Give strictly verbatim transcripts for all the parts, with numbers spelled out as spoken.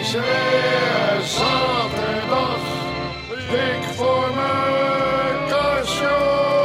is er weer zaterdag. Dik voor mijn kastje.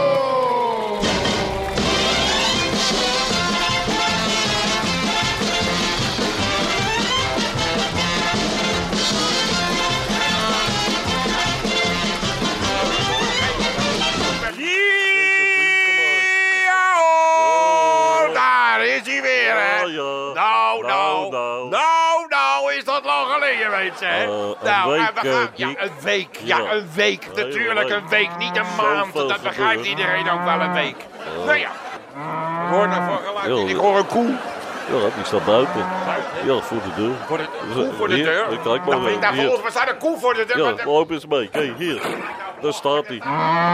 Weet je, hè? Uh, nou, week, we gaan, ja, uh, een week. Ja, ja. een week. Hele Natuurlijk week. een week, niet een Zoveel maand. Dat begrijpt gebeurd. iedereen ook wel, een week. Uh, nou ja, ik hoor nou voor geluid. Ja, Ik hoor een koe. Ja, die staat buiten. Ja, voor de deur. Voor de, koe voor de Hier, deur? Kijk maar. Dan vind ik daar hier. volgens mij staat een koe voor de deur. Ja, maar- loop eens mee. Kijk, hier. Daar staat hij.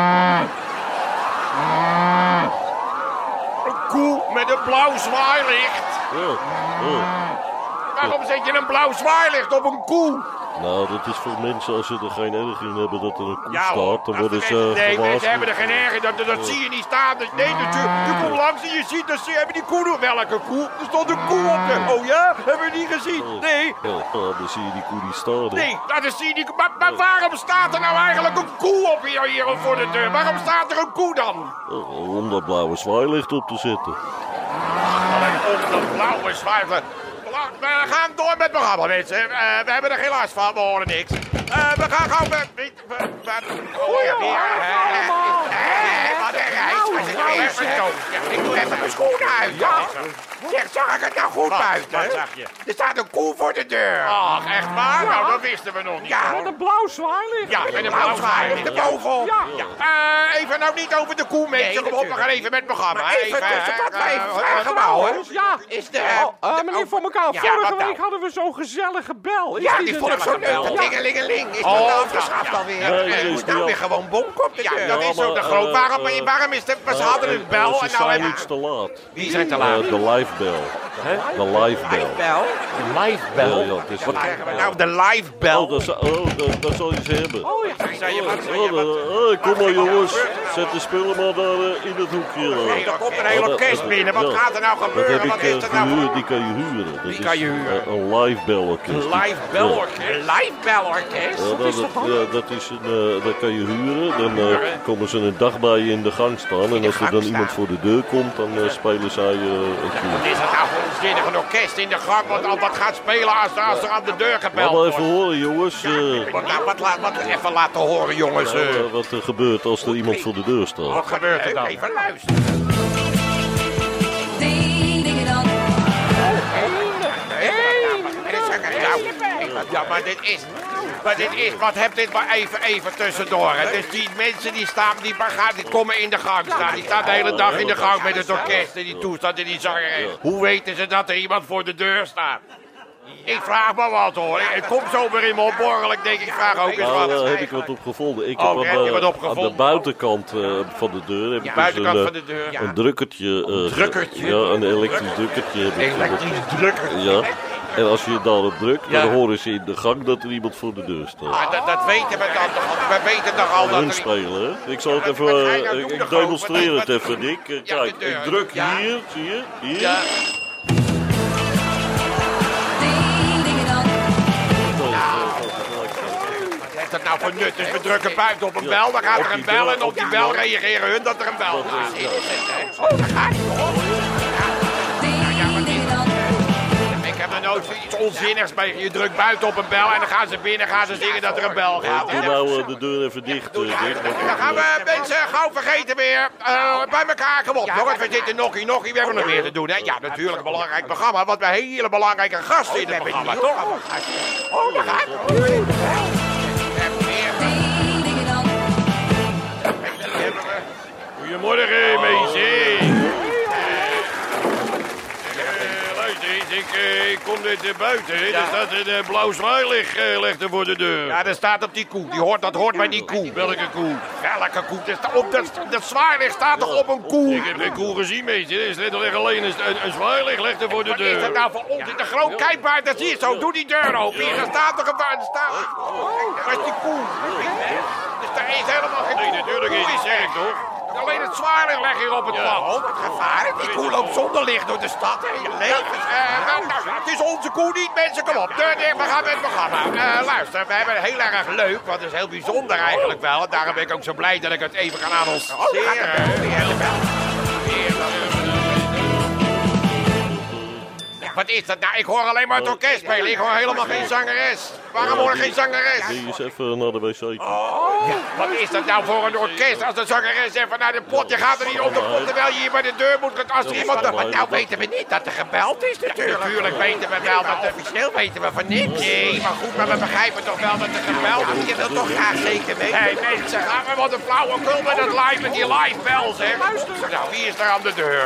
Een koe met een blauw zwaailicht. Ja. Ja. Waarom zet je een blauw zwaailicht op een koe? Nou, dat is voor mensen als ze er geen erg in hebben dat er een koe Ja, hoor. staat. Dan Als worden de ze mensen- Nee, gewaarschuwd. mensen hebben er geen erg in. Dat, dat, dat zie je niet staan. Dus nee, natuurlijk. Je komt langs en je ziet, dus hebben die koe nog. Welke koe? Er stond een koe op de... Oh ja? Hebben we die gezien? Nee. Ja, ja, dan zie je die koe die staan. hè. Nee, dat is die... die- Maar, maar waarom staat er nou eigenlijk een koe op hier, hier voor de deur? Waarom staat er een koe dan? Oh, om dat blauwe zwaailicht op te zetten. Op de blauwe zwaaier. We gaan door met het programma, mensen. Uh, we hebben er geen last van, we horen niks. Uh, we gaan gauw met... Oh ja, weer. Wat een reis. Ik doe even mijn schoenen uit. Ja. Zeg, zag ik het nou goed buiten? Wat zag je? Er staat een koe voor de deur. Ach, echt waar? Nou, dat wisten we nog niet. Ja, Met een blauw zwaailicht. ja, met een blauw zwaailicht erbovenop. Ja. Ja. Uh, even nou niet over de koe, mensen. Kom op, we gaan even met het programma. Maar even tussen dat wij even vragen, Trouwens, ja. Is de... Oh, uh, meneer Voor elkaar, Ja, vorige wat nou? week hadden we zo'n gezellige bel. Is Ja, die die er vond ik zo nou? leuk. Ja. Lingelingeling. Is Oh, dat nou ja, afgeschaft ja. alweer? Nee, Er is moet die nou al- weer gewoon bonk op de Ja, deur. dat is ook de maar, groot. eh, Waarom, eh, waarom is de... Ze hadden een bel Ze en nou zijn hebben... iets te laat. Wie zijn te Eh, laat? de live bel. De live bel. Bel? Live Ja, ja, het is Wat krijgen we nou? De live bel. Oh, dat, zou- oh, dat, dat zal je ze hebben. Oh ja. Zei je wat? Zei Oh, je wat? dat- oh, kom maar jongens, zet de spullen maar daar eh, in het hoekje. eh. Nee, er komt een hele Oh, dat- orkest dat- binnen. Wat ja. gaat er nou Dat heb gebeuren? ik Wat is eh, er nou gehuurd, voor... die kan je huren. Dat Die is, kan je huren. eh, een live belorkest. Live belorkest? Live belorkest? Ja, dat, dat, ja, dat, is een, eh, dat kan je huren. Dan eh, komen ze een dag bij je in de gang staan. En als er dan iemand voor de deur komt, dan eh, spelen zij eh een Wat koe. is dat nou voor onzinnig een orkest in de gang? Wat, wat gaat spelen als, als er aan de deur gebeld Laat maar wordt? even horen jongens. eh, Wat, nou, wat, laat- wat even laten horen, jongens. eh, eh. wat er gebeurt als er iemand voor de deur staat. Wat gebeurt er dan? Even luisteren. Ja, maar dit is... Maar dit is... Wat heb dit maar even, even tussendoor. Hè. Dus die mensen die staan... Die, gaan, die komen in de gang staan. Die staan de hele dag in de gang met het orkest en die toestand en die zanger. Hoe weten ze dat er iemand voor de deur staat? Ik vraag me wat hoor. Het komt zomaar in me opborrel. Ik denk, ik vraag ook eens Nou, wat. daar heb ik wat op gevonden. Ik Oh, heb aan heb je wat de, opgevonden? aan de buitenkant eh, van de deur heb ik dus Buitenkant een, van de eh, deur. een drukkertje. eh, drukkertje? Ja, een elektrisch drukkertje. Heb ik Elektrisch drukker. Ja. En als je daarop drukt, Ja. dan horen ze in de gang dat er iemand voor de deur staat. Maar dat, dat weten we dan toch al. We weten toch al dat Hun er... spelen, hè? Ik zal het Wat- even, wat ga je nou eh, doen, ik de groot? demonstreer Wat- het wat- even, Dick. Eh, Ja, Kijk, de deur. ik druk Ja. hier, zie je? Hier. Ja. Wat heeft dat nou voor nut? Dus we drukken buiten op een bel, dan gaat er een bel en op die bel reageren hun dat er een bel is. Oh, daar gaat hij toch. Ik heb er nooit zoiets onzinnigs mee. Je drukt buiten op een bel en dan gaan ze binnen, gaan ze zingen dat er een bel gaat. Doe nou eh, de deur even dicht, eh, Dick. Dan gaan we mensen gauw vergeten weer uh, bij elkaar. Kom op, jongens, we zitten nokkie nokkie. We hebben nog meer te doen, hè? Ja, natuurlijk een belangrijk programma, want we hebben hele belangrijke gasten in het programma, toch? Oh, daar gaat Goedemorgen, mensen. Luister eens, ik uh, kom net uh, buiten. Er staat een uh, blauw zwaailicht uh, ligt er voor de deur. Ja, dat staat op die koe. Die hoort, dat hoort bij die koe. Welke koe? Welke koe? Dat, sta, op dat, dat zwaailicht staat toch op een koe? Ik heb geen koe gezien, meisje. Er is letterlijk alleen een, een, een zwaailicht ligt er voor de deur. Wat is dat nou voor onzin? De groot kijkbaard, dat zie je zo. Doe die deur open. Hier, daar staat toch een waar. Staat... Waar is die koe? Dus daar is helemaal geen koe. Nee, natuurlijk is die, zeg ik toch? alleen het zwaarlicht leg hier op het pad. Oh, wat gevaarlijk. Die koe loopt zonder licht door de stad. En je leeft. Eh, nou, nou, het is onze koe niet, mensen. Kom op, deur dicht, we gaan met het programma. Eh, luister, we hebben het heel erg leuk, want het is heel bijzonder eigenlijk wel. En daarom ben ik ook zo blij dat ik het even kan annonceren. Wat is dat nou? Ik hoor alleen maar het orkest spelen. Ik hoor helemaal geen zangeres. Waarom hoor ik geen zangeres? Wil je eens even naar de wc? Ja, wat is dat nou voor een orkest als de zangeres even naar de pot? Je gaat er niet op de pot terwijl je hier bij de deur moet. Als er iemand... Maar nou weten we niet dat er gebeld is natuurlijk. Natuurlijk weten we wel dat er... Officieel weten we van niks. Nee, maar goed, maar we begrijpen toch wel dat er gebeld is. Je wilt toch graag zeker weten. Hé hey, mensen, gaan we wat een flauwekul met het live, met die live bel, zeg. Nou, wie is er aan de deur?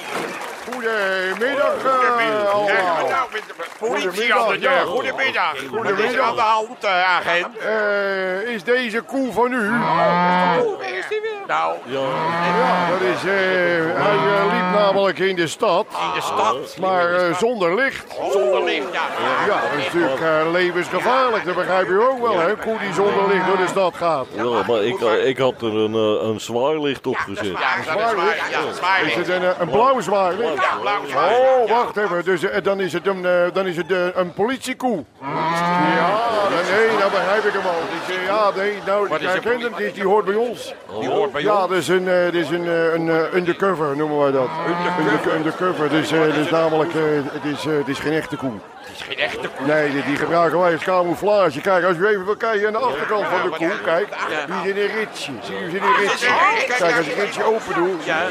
Goedemiddag uh, allemaal. Politie aan de deur. Goedemiddag. Wat is er aan de hand, uh, agent? Uh, is deze koe van u? Is die weer? Nou, Ja, Ja, dat is... Uh, hij uh, liep namelijk in de stad, in de stad. maar uh, zonder licht. Zonder licht, ja. Ja, dat is natuurlijk uh, levensgevaarlijk. Dat begrijp u ook wel, hè? Een koe die zonder licht door de stad gaat. ja, maar ik, eh, ik had er een, eh, een zwaarlicht op gezet. Ja, dat is waar. Ja, zwaar Is licht. het een, uh, een blauw zwaarlicht? Ja, blauw zwaar. Oh, wacht even. Dus, uh, dan is het een, uh, dan is het, uh, een politiekoe. Ja, nee, nou begrijp ik hem al. Dus, uh, ja, nee, nou, Wat is jij een kent hem, die, die hoort bij ons. Die hoort bij Ja, ons. dat is een, uh, dat is een, uh, een uh, undercover, noemen wij dat. Undercover. Undercover. Dus, uh, dus namelijk, uh, het, is, uh, het is geen echte koe. Het is geen echte koe. Nee, die, die gebruiken wij als camouflage. Kijk, als u even wil kijken aan de achterkant van de koe, kijk, die is in een ritsje. Zie je, die is in een ritsje. Kijk, als ik het ritsje open doe. Ja.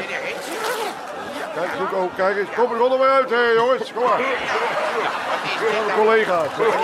Kijk, goed open, kijk eens. Kom er onder maar uit, hè, jongens. Kom maar. Mijn collega's.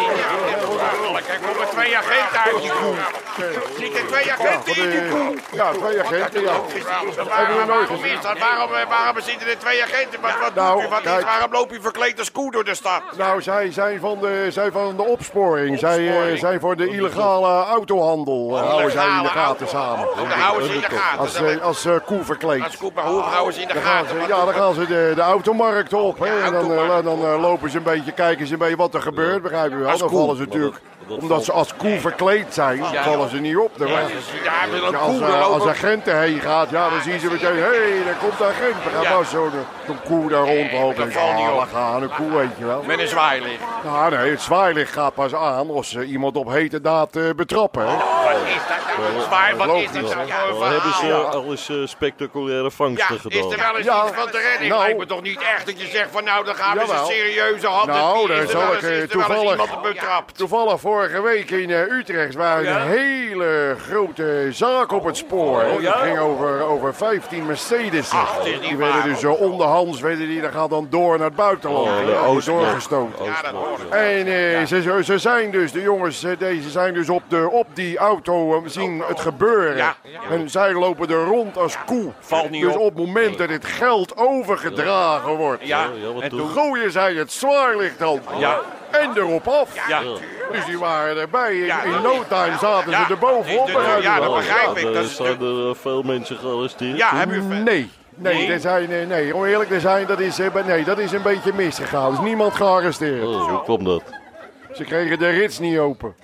Kijk, er komen twee agenten uit die koe. Zie er twee agenten in die koe? Ja, twee agenten, ja. Hebben we nooit Waarom gezien. is dat? Waarom, eh, waarom zitten er twee agenten? Wat, wat Nou, doet u? Wat is, kijk. waarom loopt u verkleed als koe door de stad? Nou, zij zijn van de, zij van de opsporing. Zij eh, Opsporing. zijn voor de illegale autohandel. eh, houden zij in de gaten samen. Oh, dan houden ze in de gaten. Als, Dan- eh, als eh, koe verkleed. Als koe, maar hoe houden ze in de Dan gaan gaten? ze, ja, dan gaan ze de, de automarkt op. Hè, en dan, eh, automarkt. dan eh, lopen ze een beetje, kijken ze een beetje wat er gebeurt. Begrijp je wel? Als Dan koe. vallen ze natuurlijk, omdat ze als koe verkleed zijn, vallen ze niet op. Dan, Ja, als, dus daar wil een als, koe eh, als lopen. agenten heen gaat, ja, dan zien ze meteen, hé, hey, daar komt de agent. Dan gaat Ja. wel zo'n zo'n koe daar rondlopen. dat valt niet op. laat gaan, een koe, weet je wel. Met een zwaailicht. Nou, nee, het zwaailicht gaat pas aan als ze iemand op hete daad eh, betrappen. Hè. Wat is dat nou? Zwaar, wat is dat nou voor Maar een hebben ze verhaal? al eens eh, spectaculaire Ja, vangsten is er gedaan? wel eens Ja, iets van te redden? nou. Lijkt me toch niet echt dat je zegt van nou, dan gaan we eens een Jawel. serieuze hand. Nou, daar is er zal wel ik, eens, eh, is er wel eens toevallig- iemand op betrapt. Toevallig vorige week in eh, Utrecht waren Ja? een hele grote zaak op het spoor. hè. Oh, ja? Het ging over, over vijftien Mercedes. Ach, het is niet die werden waar, dus uh, onderhands, werden die, dan gaat dan door naar het buitenland. Oh, hè. de Die Oostblok. doorgestoten. Ja, dat hoor ik. En eh, ze, ze- ze zijn dus, de jongens, eh, deze zijn dus op, de, op die auto, eh, zien het gebeuren. Ja. En zij lopen er rond als koe. Valt niet dus op. op het moment dat het geld overgedragen wordt, Ja, Ja, wat en doen? toen... gooien zij het zwaarlicht dan. Ja. En erop af. Ja, Dus die waren erbij. In, Ja, in dat- no time zaten Ja, ze er bovenop. die- die- begrijp je ja, wel? dat begrijp Ja, ik. er Dat is zijn er eh, veel mensen gearresteerd. Ja, hebben u... Nee. Nee, Nee? Er zijn, nee, nee, om eerlijk te zijn, dat is, eh, nee, dat is een beetje misgegaan. Er is niemand gearresteerd. Oh, hoe kwam dat? Ze kregen de rits niet open.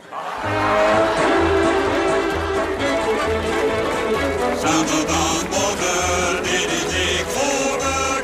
Zaterdagmorgen, dit is dik voor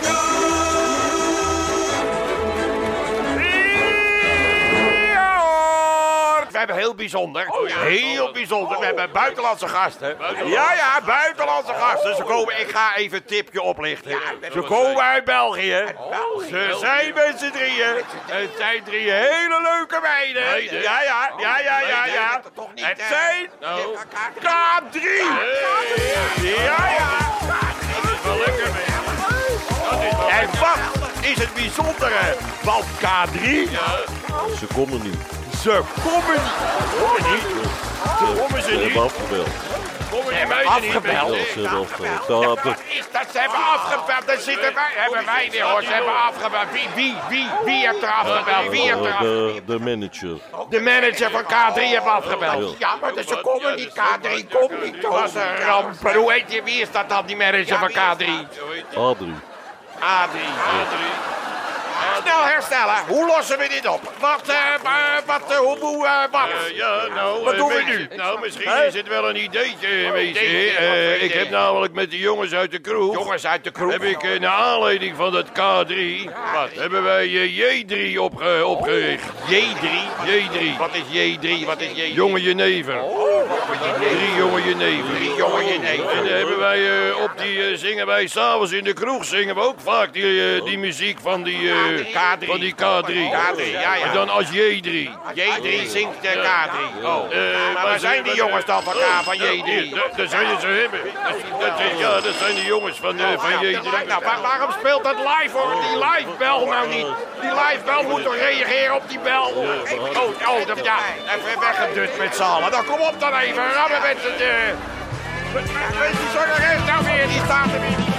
Ja hoor! We hebben heel bijzonder, heel bijzonder. We hebben buitenlandse gasten. Ja, ja, buitenlandse gasten. Ze komen, ik ga even een tipje oplichten. Ze komen uit België. Ze zijn met z'n drieën. Het zijn drie hele leuke meiden. Ja, ja, ja, ja, ja, ja. Het zijn K drie. Ja, ja. Dat is wel lekker, man. En wat is het bijzondere van K drie? Ze konden niet. Ze komen niet. Komen niet. Komen ze Ze niet. hebben afgebeld. Komen ze afgebeld. Ja, ze hebben afgebeld. Ze hadden- Wat is dat? Ze hebben afgebeld. Daar zitten wij. Hebben wij weer hoor. Ze hebben afgebeld. Wie, wie, wie, wie heeft er afgebeld? Wie heeft er eh, afgebeld? de, de manager. De manager van K drie heeft afgebeld. Ja, maar dus ze komen niet. K drie komt niet. Dat was een ramp. Maar hoe heet je? Wie is dat dan, die manager van K drie? A drie. A drie. Snel herstellen. Hoe lossen we dit op? Wat, eh, uh, wat, uh, hoe, hoe, uh, wat? Uh, ja, nou... Wat uh, doen we weet nu? je, Nou, misschien Huh? is het wel een ideetje, Oh, weet je. ideetje, wat Uh, voor ik idee? heb namelijk met de jongens uit de kroeg... Jongens uit de kroeg. Heb ik uh, naar aanleiding van dat K drie... Wat? Hebben wij uh, J drie opge opgericht. J drie? J drie. Wat is J drie? Wat is J drie? Jonge jenever. Drie jonge jenever. Drie jonge jenever. En dan hebben wij uh, op die uh, zingen wij s'avonds in de kroeg zingen we ook vaak die, uh, die muziek van die, uh, K drie. van die K drie. K drie, ja, ja. En dan als J drie. J drie zingt uh, K drie. Oh. Uh, maar waar zijn die jongens dan van K van J drie? Dat zou je ze hebben. Dat, dat is, ja, dat zijn de jongens van, uh, van J drie. Nou, waar- waarom speelt dat live hoor? Die live bel nou niet. Die live bel moet toch reageren op die bel? Oh, oh, dat, ja, even weggedut met z'n allen. Dan kom op dan even, rammen met het... Uh, die zangeres nou weer, die staat er weer niet.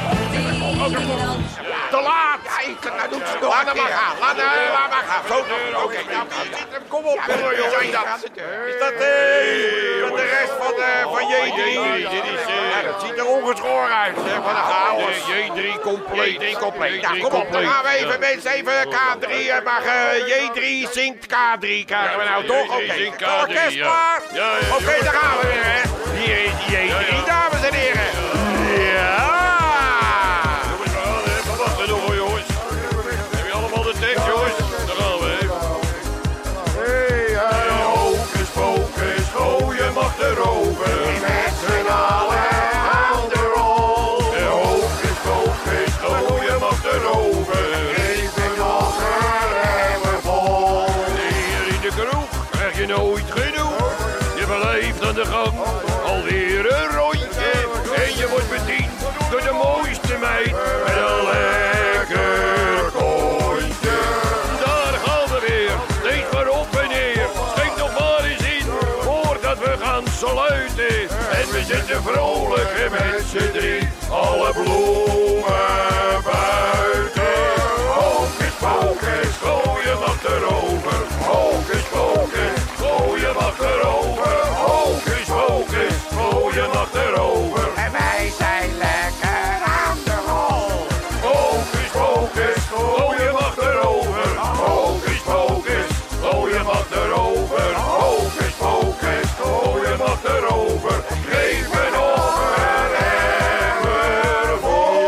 Te laat! Ja, ik, nou doet ze nog Laat hem maar gaan, laat, uh, laat maar gaan. Zo, oké, okay, nou, zit hem, kom op, jongen, jongen. Is dat, is dat, uh, dat de rest van, uh, van J drie? Dit is, uh, Ja, dat ziet er ongeschoren uit, zeg, van de chaos. J drie compleet. J drie compleet. Ja, J drie kom op, dan compleet. gaan we even mensen even K drie, uh, maar uh, J drie zingt K drie, krijgen we nou toch? J drie Oké, zingt K okay. drie, Orkest ja. klaar? Ja, ja, Oké, jongens. daar gaan we weer, hè. Hier is J drie, dames en heren. Ja! Jongens, we gaan even wachten nog hoor, jongens. Heb je allemaal de tekst, jongens? Daar gaan we even. Hey, hey, Hocus pocus, gooien mag erover. met z'n allen aan de rol. Hocus pocus, gooien mag erover. Even nog een emmer vol. Hier in de kroeg krijg je nooit genoeg. Je beleeft aan de gang alweer een rondje. En je wordt bediend door de mooiste meid met een lekker kontje. Daar gaan we weer, steeds maar op en neer. Schenk nog maar eens in, voordat we gaan sluiten. En we zitten vrolijk met z'n drie, alle bloemen buiten. Hocus pocus, gooien mag erover. Hocus pocus, gooien mag erover. Hocus pocus, gooien mag erover. En wij zijn lekker aan de rol. Hocus pocus, gooien mag erover. Hocus pocus, gooien mag erover. Hocus pocus, gooien mag erover. Geef me nog een emmer vol.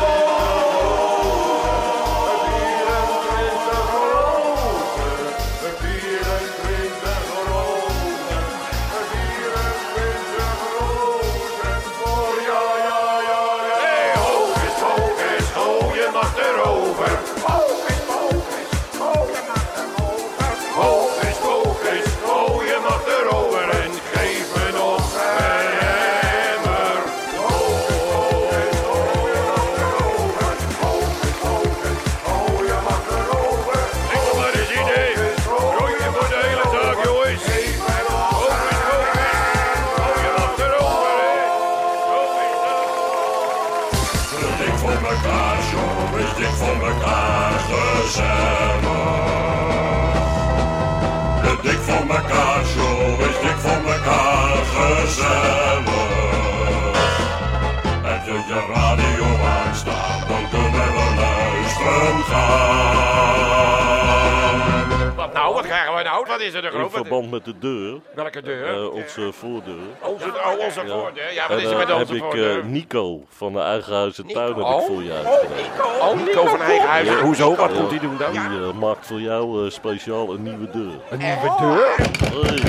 vierentwintig rozen, vierentwintig rozen voor ja, ja, ja, ja. Hey, hocus pocus, gooien mag erover. Hocus pocus, gooien mag erover. Hocus pocus, gooien mag erover. En geef me nog een emmer vol. Gooien mag erover. Denk er maar eens in, hè. Rondje voor de hele zaak, jongens. Hocus pocus, gooien mag erover, hè. Zo is dat. De dik voor mekaar, zo is dik voor mekaar gezellig. De dik voor mekaar, zo is dik voor mekaar gezellig. Heb je je radio aanstaan, dan kunnen we luisteren gaan. Wat nou, wat krijgen we nou? Wat is er de In groot? verband met de deur, Welke deur? eh, onze voordeur. Onze, oh, onze voordeur. Ja, wat En is er met eh, heb onze ik voordeur? eh, Nico van de Eigen Huis en Tuin heb Oh. ik voor je uitgenodigd. Oh, Nico van eigen huis. Hoezo? Wat moet hij doen dan? Die eh, maakt voor jou eh, speciaal een nieuwe deur. Een nieuwe deur? Hey,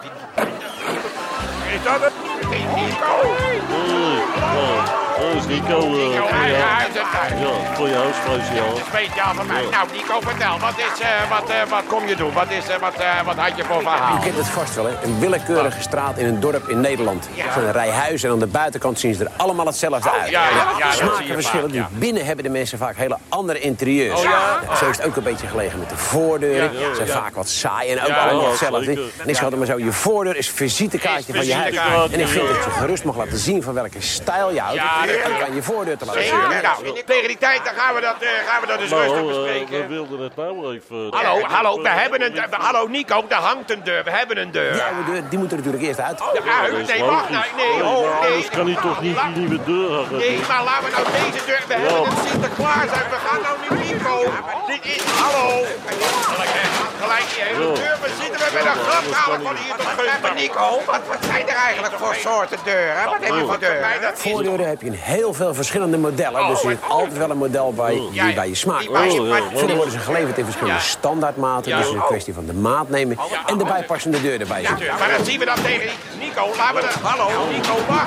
Is dat het? Nico? hey, ja, dat is Nico. eh, Nico voor eigen jou. huis en tuin. Ja, voor jou speciaal. Speciaal van mij. Nou, Nico, vertel. Wat, is, eh, wat, eh, wat kom je doen? Wat, is, eh, wat, eh, wat had je voor verhaal? U kent het vast wel, hè? Een willekeurige straat in een dorp in Nederland. Van een rij huizen en aan de buitenkant zien ze er allemaal hetzelfde uit. ja, ja, ja, dat zie je Smakenverschillen. vaak, ja. Dus binnen hebben de mensen vaak hele andere interieurs. Oh, ja? Zo is het ook een beetje gelegen met de voordeuren. Ja, ja, zijn ja. vaak wat saai en ook Ja, allemaal ja, hetzelfde. zeker. En ik zeg altijd maar zo, je voordeur is visitekaartje van je huis. visitekaartje, En ik vind ja. dat je gerust mag laten zien van welke stijl je houdt. Ja, dat- en aan je voordeur te laten zien. Zeker. Nou, tegen die tijd dan gaan we dat, eh, gaan we dat dus rustig Nou, eh, bespreken. we wilden het nou even... Hallo, Ja, hallo, we eh, hebben een deur. Hallo Nico, daar hangt een deur. We hebben een deur. Die oude deur, die moet er natuurlijk eerst uit. Ja, dat is nee, wacht nou. logisch. Nee, oh, maar nee. anders kan hij toch niet die nieuwe deur hangen. Nee, maar laten we nou deze deur... We hebben een Sinterklaas uit. We gaan nou nu niet Nico. Dit is... Hallo. Gelijk die hele deur. We zitten we met een grapkamer van hier tot Gunther. Nico, wat, wat zijn er eigenlijk voor soorten deuren? Wat heb je voor deuren? Voordeuren heb je in heel veel verschillende modellen. Dus er is altijd wel een model bij, die bij je smaakt. Verder worden ze geleverd in verschillende standaardmaten. Dus het is een kwestie van de maat nemen en de bijpassende deur erbij zetten. Ja, maar dat zien we dan tegen Nico. Laten we de... Hallo, Nico, wacht.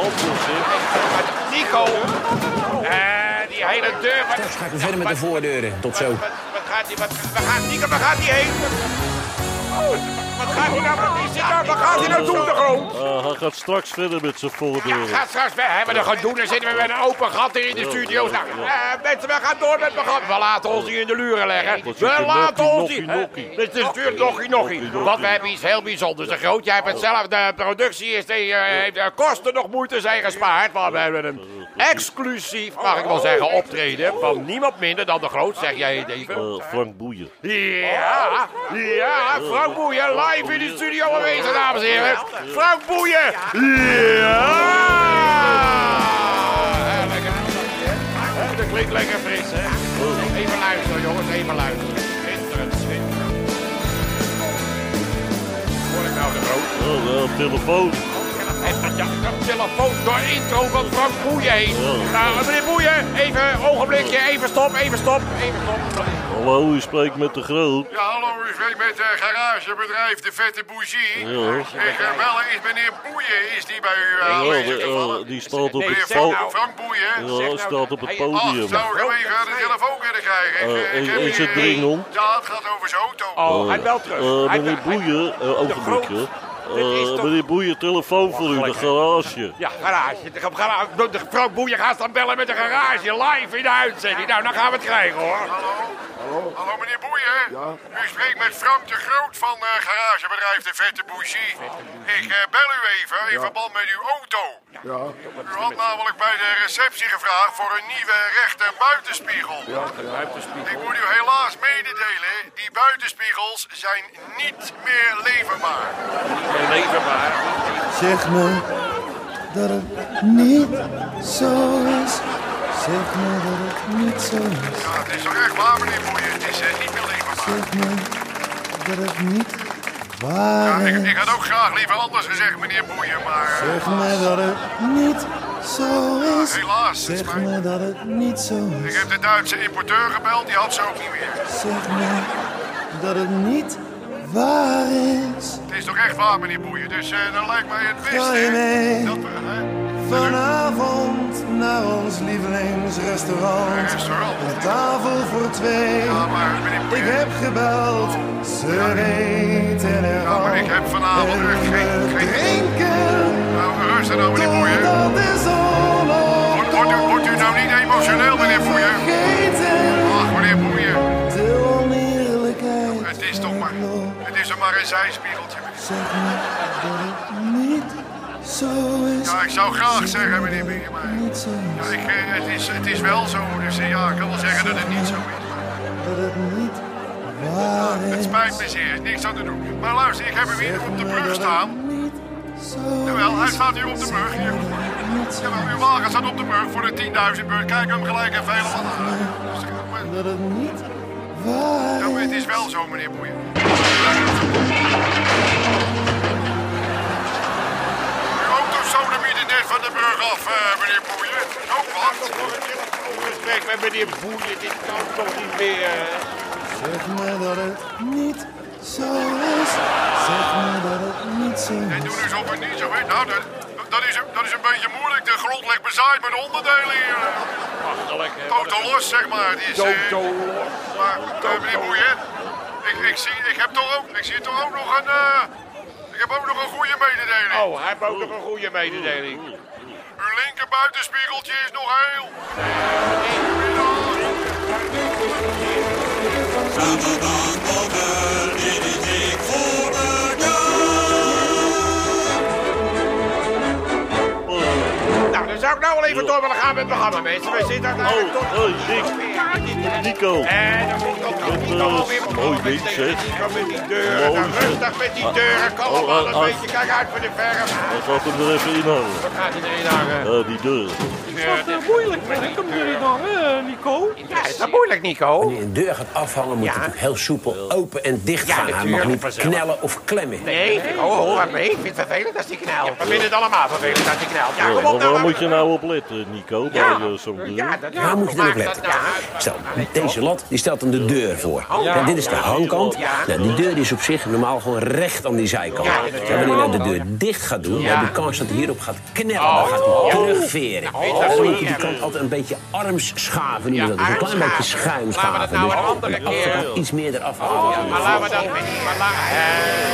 Nico. Eh, die hele deur... Wat... Straks ga ik verder met de voordeuren. Tot zo. Wat, wat, wat gaat die... Wat, waar gaat Nico? Waar gaat die heen? Oh, wat gaat hij nou? Wat, zit nou, wat gaat hij nou doen, de grond? Uh, hij gaat straks verder met zijn voordeuren. Ja, gaat straks weg. Hè? Wat we gaan doen, dan zitten we met een open gat hier in de studio. Nou, uh, mensen, we gaan door met het programma. We laten ons hier in de luren leggen. We laten ons hier... Het is natuurlijk nokkie nokkie. Want we hebben iets heel bijzonders. De Groot, jij hebt het zelf. De productie is de, uh, heeft de kosten nog moeite zijn gespaard. Maar we hebben een exclusief, mag ik wel zeggen, optreden van niemand minder dan de Groot. Zeg jij het even? Uh, Frank Boeien. Ja, ja, Frank Boeien live in de studio aanwezig, dames en heren. Frank Boeien. Ja. Ja, lekker. Dat klinkt lekker fris, hè. Even luisteren, jongens, even luisteren. Schitterend, schitterend. Hoor ik nou de Groot? Oh, uh, telefoon. Ja, de telefoon door intro van Frank Boeien heen. Nou, meneer Boeien, even ogenblikje, even stop, even stop, even stop. Hallo, u spreekt met de Groot. Ja, hallo, u spreekt met het uh, garagebedrijf De Vette Bougie. Ja. Ik uh, bellen, is meneer Boeien, is die bij u uh, Ja, aanwezig de, gevallen? uh, die staat op Nee, het zeg podium. nou. Frank Boeien? Ja, hij staat op het Ach, podium. zou ik hem even aan de telefoon kunnen krijgen? Ik, Uh, uh, ik is- heb is hier, het uh, dringend? Ja, het gaat over zijn auto. Oh, hij belt terug. Uh, Hij- meneer hij- Boeien, uh, ogenblikje. Dit is Uh, toch- meneer Boeien, telefoon voor u, de garage. Ja, garage. De, garage. de, de Frank Boeien gaat dan bellen met de garage live in de uitzending. Nou, dan gaan we het krijgen, hoor. Hallo? Hallo? Hallo, meneer Boeien? Ja? U spreekt met Frank de Groot van uh, garagebedrijf De Vette Bougie. Ik uh, bel u even in verband met uw auto. Ja. U had namelijk bij de receptie gevraagd voor een nieuwe rechter buitenspiegel. Ja, ik moet u helaas mededelen, die buitenspiegels zijn niet meer leverbaar. Leverbaar. Zeg me dat het niet zo is. Zeg me dat het niet zo is. Ja, het is toch echt waar, meneer Boeien? Het is uh, niet meer leverbaar. Zeg me dat het niet waar Ja, ik, is. ik had ook graag liever anders gezegd, meneer Boeien, maar... uh, Zeg me dat het niet zo is. helaas, het Zeg spijt me. me dat het niet zo Ik is. heb de Duitse importeur gebeld, die had ze ook niet meer. Zeg me dat het niet waar is. Het is toch echt waar, meneer Boeien, dus uh, dan lijkt mij het beste... Ga je mee? Dat we, hè, Vanavond naar ons lievelingsrestaurant. restaurant. Een tafel voor twee. Ja, maar meneer Ik Boeien... heb gebeld, ze weten er Ja, maar ik heb vanavond en echt geen- we geen- drinken Nou, rustig nou, meneer Boeien. totdat de zon Wordt, wordt, u, wordt u nou niet emotioneel, meneer Boeien? vergeten. Ach, meneer Boeien. De oneerlijkheid. Het is toch maar... Het is toch maar een zijspiegeltje, meneer. Zeg me dat het niet zo is. Ja, ik zou graag zeggen, meneer Boeien, maar... Niet zo Ja, is. ik, eh, het, is, het is wel zo, dus eh, ja, ik kan wel zeggen dat het niet zo is. Dat het niet waar Het is. spijt me zeer, niks aan te doen. Maar luister, ik heb hem hier op de brug staan. Niet zo Jawel, hij is. staat hier op de brug. Hier. Niet zo Jawel, uw wagen staat op de brug voor de tienduizend beurt. Kijk hem gelijk even helemaal aan. Dus, eh, maar- dat het niet waar Ja, maar het is. is wel zo, meneer Boeien. Uw auto sodemiet net van de brug af, eh, meneer Boeien. Oh, wat? Gesprek met meneer Boeien, dit kan toch niet meer. Zeg me dat het niet zo is. Zeg me dat het niet zo Nee, is. doe dus op het niet zo, hè. Nou, dat, dat, is, een- dat is een beetje moeilijk. De grond ligt bezaaid met onderdelen hier. Achterlijk, hè. Totaal los, zeg maar. Het is, eh, Toto. Maar, uh, meneer Boeien, ik, ik, zie, ik heb toch ook, ik zie toch ook nog een, uh, ik heb ook nog een goede mededeling. Oh, hij heeft ook nog een goede mededeling. Uw linker buitenspiegeltje is nog heel. Zaterdagmorgen, dit is dik voor Nou, dan zou ik nou wel even door willen gaan met het programma, mensen. We zitten daar Oh, tot... oh, Dick. Ja, Nico. En dan moet ik ook nog Nico alweer wat mooi met ding, zeg. Nico met die deuren. Mooi, Nou, zeg. rustig met die deuren. Kalm Oh, alles, ah, weet je. Kijk uit voor de verf. Dan gaat hem er even in hangen. Wat gaat hij erin hangen? Uh, die deur. Is dat uh, moeilijk met ik hem erin hangen, uh, Nico? Ja, is dat moeilijk, Nico? Wanneer je een deur gaat afhangen, moet je natuurlijk heel soepel open en dicht Ja, gaan. Hij mag natuurlijk, niet vanzelf. knellen of klemmen. Nee, oh, hoor maar mee. Ik vind het vervelend als die knelt. We vinden het allemaal vervelend als die knelt. Ja, Ja, kom maar op waar nou. moet je nou op letten, Nico, bij Ja. uh, zo'n deur? Ja, dat Waar moet je dan op maakt letten? dat nou uit? Stel, deze lat die stelt dan de deur voor. En dit is de hangkant. Nou, die deur is op zich normaal gewoon recht aan die zijkant. Ja, En wanneer je nou de deur dicht gaat doen, Ja. dan heb je kans dat hij hierop gaat knellen. Dan gaat hij terugveren. weet je, En dan moet je die hebben. kant altijd een beetje arms schaven. noemen we dat. Dus een klein armschaven. beetje schuin Laten we dat schaven. nou Dus een andere de keer- achterkant iets meer eraf halen. Maar laten we dat met die maar la- eh,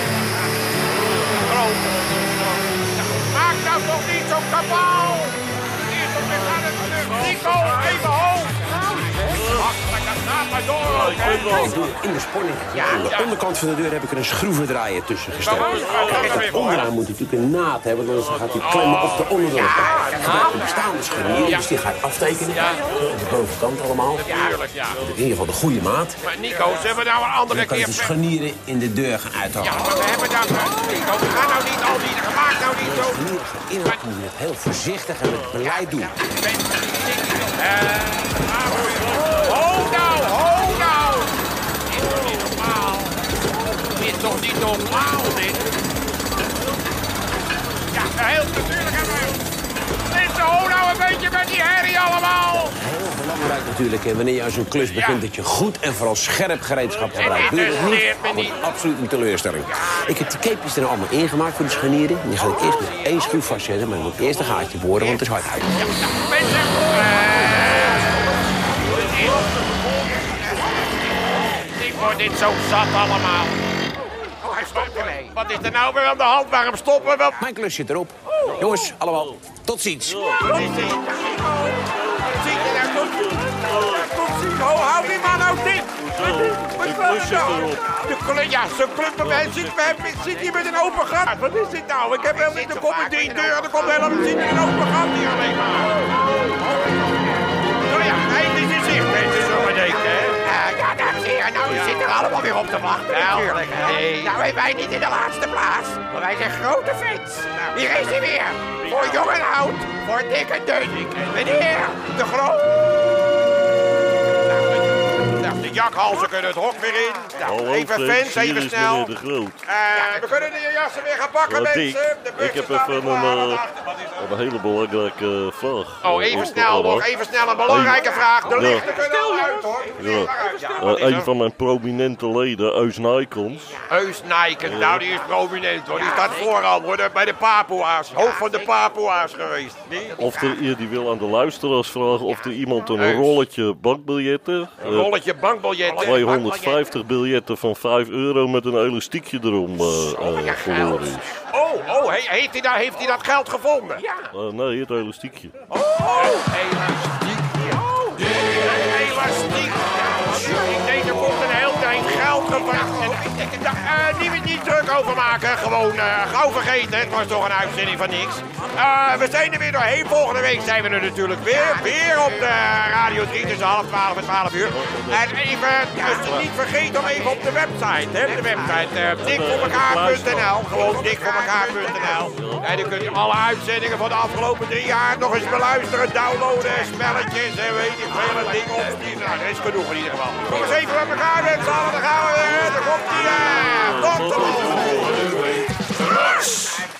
groot. Maak nou toch niet zo'n kabaal! Eerst op de gaan het terug. Nico, even hoog! Ach, maar dat gaat maar door. Ik doe in de sponning. Aan de onderkant van de deur heb ik er een schroevendraaier tussen gestoken. Kijk, onderaan moet natuurlijk een naad hebben, want anders gaat hij klemmen op de onderdruk. De bestaande scharnier, dus die ga ik aftekenen. Op de bovenkant allemaal. Tuurlijk, ja. In ieder geval de goede maat. Maar Nico, zullen we nou een andere Dan kan je keer... de scharnieren in de deur gaan Ja, uithalen. maar we hebben daar... Nico, we gaan nou niet al die... Maak nou niet zo... Scharnieren gaan inhouden, moet je het heel voorzichtig en met beleid doen. Ho nou, ho nou! Dit is toch niet normaal? Dit is toch niet normaal, dit? Ja, heel natuurlijk hebben we... Mensen, ho nou een beetje met die herrie allemaal! Heel belangrijk natuurlijk, hè, wanneer je aan zo'n klus begint, dat je goed en vooral scherp gereedschap gebruikt. Doe je dat niet, Leert me wordt niet. absoluut een teleurstelling. Ik heb die keepjes er nou allemaal ingemaakt voor de scharnieren. En die ga ik eerst met één schroef vastzetten, maar dan moet ik eerst een gaatje boren, want het is hard uit. Mensen, eh, ik word dit zo zat allemaal. Oh, hij stopt ermee. Wat is er nou weer aan de hand? Waarom stoppen we? Mijn klus zit erop. Jongens, allemaal, tot ziens. Wat is dit? Wat zie je nou? Tot ziens. Ho, hou die man nou dicht. Wat Die is klus dat zit nou? erop. De klus, ja, zo'n klus bij mij zit, zit hier met een open gat. Wat is dit nou? Ik heb helemaal niet, er komen drie deuren, er komt helemaal zit hier een open gat hier alleen maar. Nou ja, eind is in zicht, mensen, zo bedenken, hè? Ja, dames en heren, nou, u zit er allemaal weer op te wachten, natuurlijk. Nee. Nou, en wij niet in de laatste plaats, maar wij zijn grote fans. Hier is hij weer, voor jong en oud, voor dik en dun. Meneer, de groot... Nou, de jakhalzen kunnen het hok weer in. Nou, Hallo, even Frans, fans, hier even is snel. meneer De Groot. Eh, we kunnen de jassen weer gaan pakken, Ja, mensen. Dick, De bus ik heb staat even weer een, klaar. eh, Wat achter, wat is er? Een hele belangrijke vraag. Oh, eh, even op de snel, nog radar. even snel een belangrijke vraag. De Ja. lichten kunnen al uit, hoor. Ja. Ja, Eh, wat is een er? van mijn prominente leden, Eus Nijkens. Eus Nijken, nou die is prominent hoor. Die staat vooral hoor, bij de Papua's. Hoofd van de Papua's geweest. Nee? Of er, die wil aan de luisteraars vragen of er iemand een Eus. rolletje bankbiljetten... Een eh, rolletje bankbiljetten. tweehonderdvijftig biljetten van vijf euro met een elastiekje erom eh eh, verloren is. Oh, oh, he- heeft hij, daar, heeft hij dat geld gevonden? Ja. Eh, nee, het elastiekje. Oh, elastiek. Oh, elastiek. Ik denk er komt een heel eind geld gevraagd. Nou, uh, niet, niet druk over maken. Gewoon uh, gauw vergeten. Het was toch een uitzending van niks. Uh, we zijn er weer doorheen. Volgende week zijn we er natuurlijk weer. Weer op de Radio drie tussen half twaalf en twaalf uur. En even, dus niet vergeten om even op de website. Hè, de website uh, dik voor elkaar punt n l. Gewoon dik voor elkaar punt n l. En dan kun je alle uitzendingen van de afgelopen drie jaar nog eens beluisteren, downloaden, spelletjes en weet ik veel dingen opsturen. Nou, dat is genoeg in ieder geval. Kom eens even met elkaar mensen, dan gaan we weer. Dan komt die, uh, tot de volgende week.